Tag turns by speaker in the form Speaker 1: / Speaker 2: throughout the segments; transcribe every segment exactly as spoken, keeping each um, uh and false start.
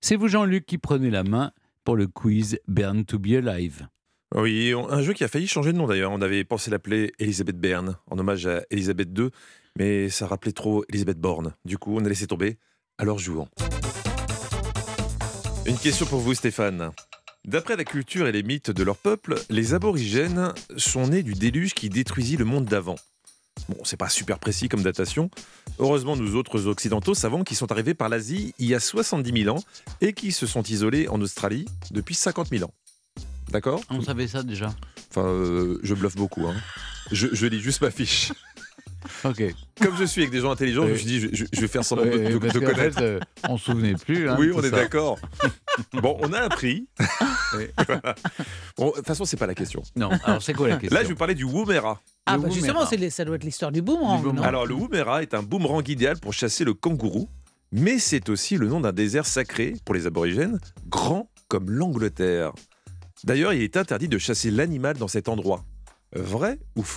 Speaker 1: C'est vous, Jean-Luc, qui prenez la main pour le quiz Born to be Alive.
Speaker 2: Oui, on- un jeu qui a failli changer de nom d'ailleurs. On avait pensé l'appeler Elisabeth Berne, en hommage à Elisabeth deux, mais ça rappelait trop Elisabeth Borne. Du coup, on a laissé tomber. Alors jouons. Une question pour vous, Stéphane. D'après la culture et les mythes de leur peuple, les aborigènes sont nés du déluge qui détruisit le monde d'avant. Bon, c'est pas super précis comme datation. Heureusement, nous autres occidentaux savons qu'ils sont arrivés par l'Asie il y a soixante-dix mille ans et qui se sont isolés en Australie depuis cinquante mille ans. D'accord ?
Speaker 1: On savait ça déjà.
Speaker 2: Enfin, euh, je bluffe beaucoup. Hein. Je, je lis juste ma fiche.
Speaker 1: Ok.
Speaker 2: Comme je suis avec des gens intelligents, je me
Speaker 1: Oui.
Speaker 2: suis dit, je, je- je vais faire semblant de,
Speaker 1: Ouais,
Speaker 2: de-
Speaker 1: parce
Speaker 2: de
Speaker 1: qu'en
Speaker 2: connaître.
Speaker 1: fait, euh, on ne se souvenait plus. Hein,
Speaker 2: Oui,
Speaker 1: de
Speaker 2: on
Speaker 1: tout
Speaker 2: est
Speaker 1: ça.
Speaker 2: d'accord. Bon, on a appris.
Speaker 1: Oui.
Speaker 2: Bon, de toute façon, c'est pas la question.
Speaker 1: Non, alors c'est quoi la question?
Speaker 2: Là, je vais vous parler du Woomera.
Speaker 3: Ah
Speaker 1: Le
Speaker 3: bah justement,
Speaker 1: Woomera.
Speaker 3: c'est les- ça doit être l'histoire du boomerang.
Speaker 1: Du boomerang.
Speaker 3: non
Speaker 2: Alors, le Woomera est un boomerang idéal pour chasser le kangourou, mais c'est aussi le nom d'un désert sacré pour les aborigènes, grand comme l'Angleterre. D'ailleurs, il est interdit de chasser l'animal dans cet endroit. Vrai ou faux ?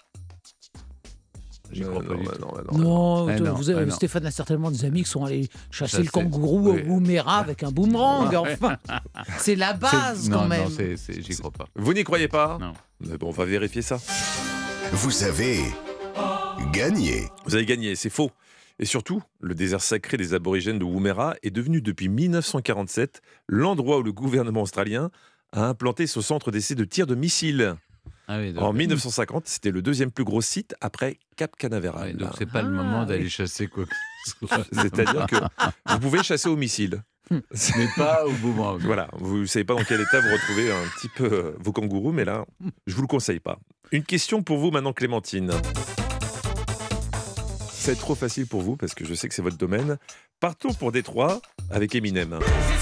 Speaker 1: J'y
Speaker 2: Euh,
Speaker 1: crois pas
Speaker 2: non,
Speaker 1: du
Speaker 2: bah
Speaker 1: tout.
Speaker 2: non, bah non, bah non.
Speaker 3: Non,
Speaker 1: Eh
Speaker 3: toi,
Speaker 1: non,
Speaker 3: vous avez-
Speaker 1: eh non.
Speaker 3: Stéphane a certainement des amis qui sont allés chasser
Speaker 1: Ça,
Speaker 3: le
Speaker 1: c'est-
Speaker 3: kangourou
Speaker 1: oui.
Speaker 3: au Woomera avec un boomerang. Enfin, c'est la base
Speaker 1: C'est-
Speaker 3: quand
Speaker 1: non,
Speaker 3: même.
Speaker 1: Non, c'est, c'est- j'y crois pas.
Speaker 2: Vous n'y croyez pas ?
Speaker 1: Non.
Speaker 2: Mais bon, on va vérifier ça.
Speaker 4: Vous avez gagné.
Speaker 2: Vous avez gagné, c'est faux. Et surtout, le désert sacré des aborigènes de Woomera est devenu depuis mille neuf cent quarante-sept l'endroit où le gouvernement australien a implanté son centre d'essai de tir de missiles.
Speaker 1: Ah oui, donc,
Speaker 2: En mille neuf cent cinquante, c'était le deuxième plus gros site après Cap Canaveral.
Speaker 1: ouais, donc c'est pas le
Speaker 3: Ah,
Speaker 1: moment d'aller
Speaker 3: oui.
Speaker 1: chasser quoi que ce soit.
Speaker 2: C'est-à-dire que vous pouvez chasser au missile.
Speaker 1: Mais pas au boomerang.
Speaker 2: Voilà, vous ne savez pas dans quel état vous retrouvez un petit peu euh, vos kangourous, mais là, je vous le conseille pas. Une question pour vous maintenant, Clémentine. C'est trop facile pour vous parce que je sais que c'est votre domaine. Partons pour Détroit avec Eminem.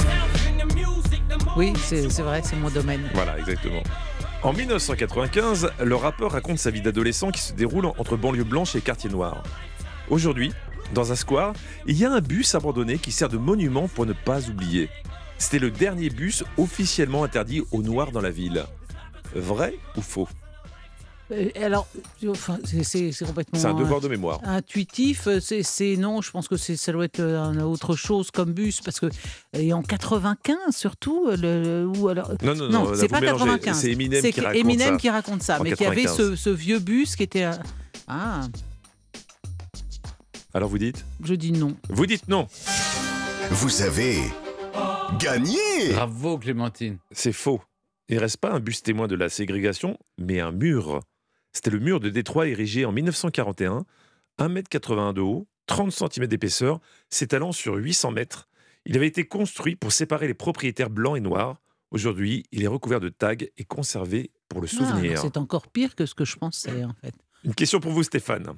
Speaker 3: Oui, c'est c'est vrai, c'est mon domaine.
Speaker 2: Voilà, exactement. En mille neuf cent quatre-vingt-quinze, le rappeur raconte sa vie d'adolescent qui se déroule entre banlieue blanche et quartier noir. Aujourd'hui, dans un square, il y a un bus abandonné qui sert de monument pour ne pas oublier. C'était le dernier bus officiellement interdit aux noirs dans la ville. Vrai ou faux ?
Speaker 3: Euh, Alors, euh, enfin, c'est- c'est c'est complètement
Speaker 2: C'est un
Speaker 3: euh,
Speaker 2: devoir de mémoire.
Speaker 3: intuitif. euh, C'est c'est- non, je pense que c'est- ça doit être euh, un autre chose comme bus parce que et en quatre-vingt-quinze surtout euh, le ou alors.
Speaker 2: Non, non,
Speaker 3: Non,
Speaker 2: non, là,
Speaker 3: c'est
Speaker 2: vous
Speaker 3: pas
Speaker 2: mélangez.
Speaker 3: quatre-vingt-quinze.
Speaker 2: C'est Eminem
Speaker 3: C'est
Speaker 2: qui
Speaker 3: que-
Speaker 2: raconte
Speaker 3: Eminem
Speaker 2: ça.
Speaker 3: qui raconte ça,
Speaker 2: En
Speaker 3: mais qui avait ce,
Speaker 2: quatre-vingt-quinze.
Speaker 3: ce vieux bus qui était. euh, Ah,
Speaker 2: Alors vous dites ?
Speaker 3: je dis non.
Speaker 2: Vous dites non.
Speaker 4: Vous avez gagné.
Speaker 1: Bravo Clémentine.
Speaker 2: C'est faux. Il ne reste pas un bus témoin de la ségrégation, mais un mur. C'était le mur de Détroit érigé en mille neuf cent quarante et un, un mètre quatre-vingt-un de haut, trente centimètres d'épaisseur, s'étalant sur huit cents mètres. Il avait été construit pour séparer les propriétaires blancs et noirs. Aujourd'hui, il est recouvert de tags et conservé pour le
Speaker 3: Ah,
Speaker 2: souvenir.
Speaker 3: c'est encore pire que ce que je pensais en fait.
Speaker 2: Une question pour vous, Stéphane.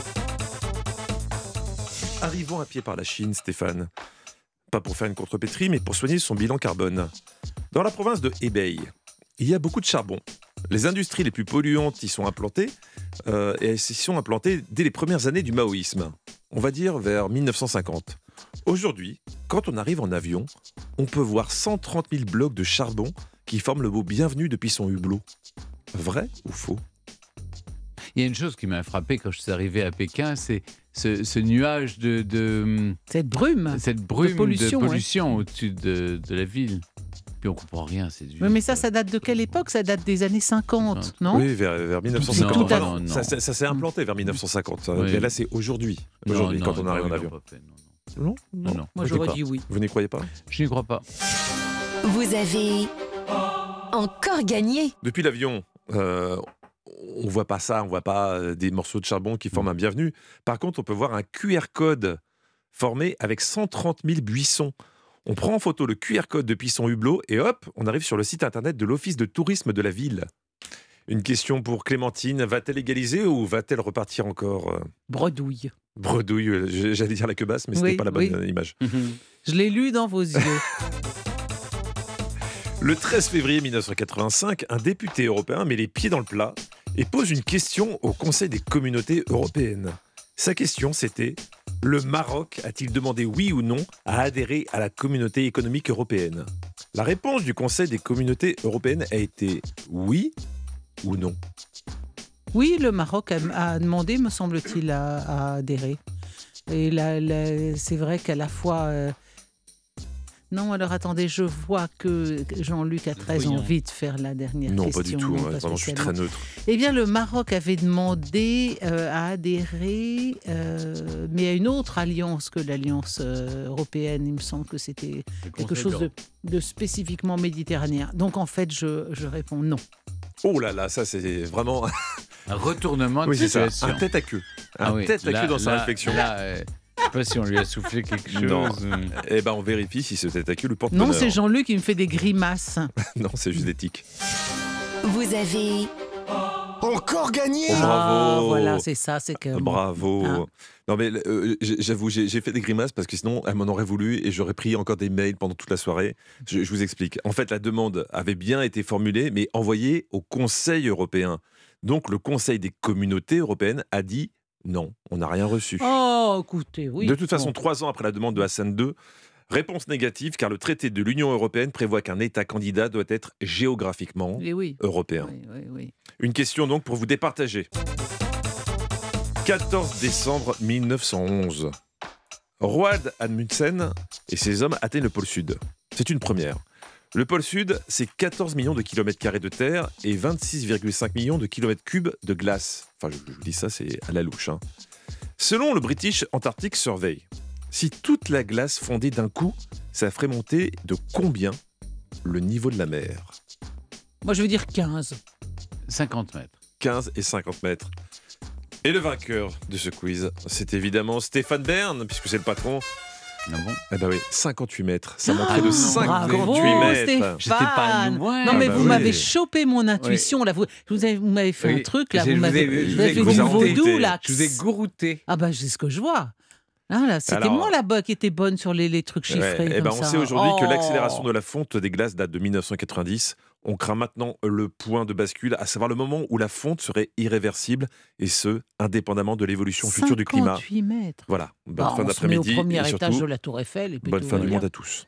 Speaker 2: Arrivons à pied par la Chine, Stéphane. Pas pour faire une contrepétrie, mais pour soigner son bilan carbone. Dans la province de Hebei, il y a beaucoup de charbon. Les industries les plus polluantes y sont implantées, euh, et elles s'y sont implantées dès les premières années du maoïsme. On va dire vers mille neuf cent cinquante. Aujourd'hui, quand on arrive en avion, on peut voir cent trente mille blocs de charbon qui forment le mot bienvenue depuis son hublot. Vrai ou faux ?
Speaker 1: Il y a une chose qui m'a frappé quand je suis arrivé à Pékin, c'est ce, ce nuage de, de
Speaker 3: Cette brume.
Speaker 1: cette brume de
Speaker 3: pollution,
Speaker 1: pollution,
Speaker 3: ouais.
Speaker 1: au-dessus de, de la ville. Puis on comprend rien, c'est du.
Speaker 3: Oui, mais ça, ça date de quelle époque? Ça date des années cinquante, non?
Speaker 2: Oui, vers, vers mille neuf cent cinquante.
Speaker 1: Non,
Speaker 2: Enfin,
Speaker 1: non,
Speaker 2: non,
Speaker 1: non.
Speaker 2: Ça, ça- ça s'est implanté vers mille neuf cent cinquante.
Speaker 1: Oui.
Speaker 2: Mais là, c'est aujourd'hui.
Speaker 1: Non,
Speaker 2: Aujourd'hui,
Speaker 1: non,
Speaker 2: quand on
Speaker 1: non,
Speaker 2: arrive
Speaker 1: ils
Speaker 2: en
Speaker 1: l'ont
Speaker 2: avion.
Speaker 1: pas fait, non, non.
Speaker 2: Non,
Speaker 1: Non, non.
Speaker 3: Moi,
Speaker 2: je
Speaker 3: j'aurais
Speaker 2: crois
Speaker 3: dit oui.
Speaker 2: Vous n'y croyez pas ?
Speaker 1: Je n'y crois pas.
Speaker 5: Vous avez encore gagné.
Speaker 2: Depuis l'avion, euh, on voit pas ça, on voit pas euh, des morceaux de charbon qui forment un bienvenu. Par contre, on peut voir un Q R code formé avec cent trente mille buissons. On prend en photo le Q R code depuis son hublot et hop, on arrive sur le site internet de l'office de tourisme de la ville. Une question pour Clémentine, va-t-elle égaliser ou va-t-elle repartir encore euh,
Speaker 3: Bredouille.
Speaker 2: bredouille euh, J'allais dire la queue basse, mais ce
Speaker 3: Oui,
Speaker 2: n'était pas la bonne
Speaker 3: oui.
Speaker 2: euh, image.
Speaker 3: Je l'ai lu dans vos yeux.
Speaker 2: Le treize février mille neuf cent quatre-vingt-cinq, un député européen met les pieds dans le plat et pose une question au Conseil des communautés européennes. Sa question, c'était « Le Maroc a-t-il demandé oui ou non à adhérer à la communauté économique européenne ?» La réponse du Conseil des communautés européennes a été « oui » ou « non ».
Speaker 3: Oui, le Maroc a, a demandé, me semble-t-il, à, à adhérer. Et là, là, c'est vrai qu'à la fois... euh, Non, alors attendez, je vois que Jean-Luc a très
Speaker 1: Voyons.
Speaker 3: envie de faire la dernière
Speaker 2: Non,
Speaker 3: question.
Speaker 2: pas du tout.
Speaker 3: non,
Speaker 2: hein.
Speaker 3: pas
Speaker 2: Vraiment, je suis très
Speaker 3: spécialement.
Speaker 2: neutre.
Speaker 3: Eh bien, le Maroc avait demandé euh, à adhérer, euh, mais à une autre alliance que l'Alliance euh, européenne. Il me semble que c'était
Speaker 1: Le
Speaker 3: quelque
Speaker 1: Conseil
Speaker 3: chose de,
Speaker 1: d'Europe.
Speaker 3: de spécifiquement méditerranéen. Donc, en fait, je, je réponds non.
Speaker 2: Oh là là, ça c'est vraiment.
Speaker 1: Un retournement de
Speaker 2: Oui, c'est ça.
Speaker 1: situation.
Speaker 2: Un tête à queue. Un
Speaker 1: Ah oui,
Speaker 2: tête à
Speaker 1: là-
Speaker 2: queue dans sa
Speaker 1: là-
Speaker 2: réflexion.
Speaker 1: Là, euh, je ne sais pas si on lui a soufflé quelque chose.
Speaker 2: Non.
Speaker 1: ou-
Speaker 2: Eh ben, on vérifie si ce tête à queue lui porte
Speaker 3: Non,
Speaker 2: bonheur.
Speaker 3: c'est Jean-Luc qui me fait des grimaces.
Speaker 2: Non, c'est juste des tics.
Speaker 5: Vous avez
Speaker 4: Encore gagné.
Speaker 2: Oh, bravo.
Speaker 3: Ah, voilà, c'est ça, c'est que...
Speaker 2: Bravo.
Speaker 3: Ah.
Speaker 2: Non mais euh, j'- j'avoue, j'ai j'ai fait des grimaces parce que sinon elle m'en aurait voulu et j'aurais pris encore des mails pendant toute la soirée. Je, je vous explique. En fait, la demande avait bien été formulée, mais envoyée au Conseil européen. Donc le Conseil des communautés européennes a dit non, on n'a rien reçu.
Speaker 3: Oh, écoutez, oui.
Speaker 2: De toute façon,
Speaker 3: Bon.
Speaker 2: trois ans après la demande de Hassan deux, réponse négative car le traité de l'Union européenne prévoit qu'un État candidat doit être géographiquement
Speaker 3: Eh oui.
Speaker 2: européen.
Speaker 3: Oui, oui, oui.
Speaker 2: Une question donc pour vous départager. quatorze décembre mille neuf cent onze. Roald Amundsen et ses hommes atteignent le pôle Sud. C'est une première. Le pôle Sud, c'est quatorze millions de kilomètres carrés de terre et vingt-six virgule cinq millions de kilomètres cubes de glace. Enfin, je, je vous dis ça, c'est à la louche. hein. Selon le British Antarctic Survey, si toute la glace fondait d'un coup, ça ferait monter de combien le niveau de la mer?
Speaker 3: Moi, je veux dire quinze.
Speaker 1: cinquante mètres.
Speaker 2: quinze et cinquante mètres. Et le vainqueur de ce quiz, c'est évidemment Stéphane Bern, puisque c'est le patron.
Speaker 1: Ah bon.
Speaker 2: Eh ben oui, cinquante-huit mètres. Ça manquerait
Speaker 1: Ah
Speaker 2: de
Speaker 1: non,
Speaker 2: cinquante-huit
Speaker 3: bravo,
Speaker 2: mètres.
Speaker 3: Stéphane.
Speaker 1: J'étais pas
Speaker 3: Non,
Speaker 1: loin.
Speaker 3: mais
Speaker 2: bah
Speaker 3: vous
Speaker 2: oui.
Speaker 3: m'avez chopé mon intuition. Là, vous, vous avez, vous m'avez fait un
Speaker 1: Oui,
Speaker 3: truc. Là,
Speaker 1: j'ai-
Speaker 3: vous
Speaker 1: je vous
Speaker 3: m'avez
Speaker 1: ai- je
Speaker 3: vous
Speaker 1: vous
Speaker 3: avez
Speaker 1: ai
Speaker 3: fait du
Speaker 2: gourouté.
Speaker 3: vaudou, là.
Speaker 1: Je vous ai gourouté.
Speaker 3: Ah ben, c'est ce que je vois. Là, là, c'était
Speaker 2: Alors-
Speaker 3: moi là-bas qui était bonne sur les, les trucs chiffrés.
Speaker 2: Ouais, eh ben,
Speaker 3: comme
Speaker 2: on
Speaker 3: ça.
Speaker 2: sait aujourd'hui que
Speaker 3: Oh.
Speaker 2: l'accélération de la fonte des glaces date de mille neuf cent quatre-vingt-dix. On craint maintenant le point de bascule, à savoir le moment où la fonte serait irréversible, et ce, indépendamment de l'évolution future du climat.
Speaker 3: cinquante-huit mètres.
Speaker 2: Voilà, bonne
Speaker 3: Bah,
Speaker 2: fin
Speaker 3: on se met au
Speaker 2: d'après-midi
Speaker 3: premier
Speaker 2: et
Speaker 3: étage
Speaker 2: surtout,
Speaker 3: de la Tour Eiffel. Et puis
Speaker 2: bonne
Speaker 3: tout
Speaker 2: fin
Speaker 3: va
Speaker 2: du
Speaker 3: bien.
Speaker 2: monde à tous.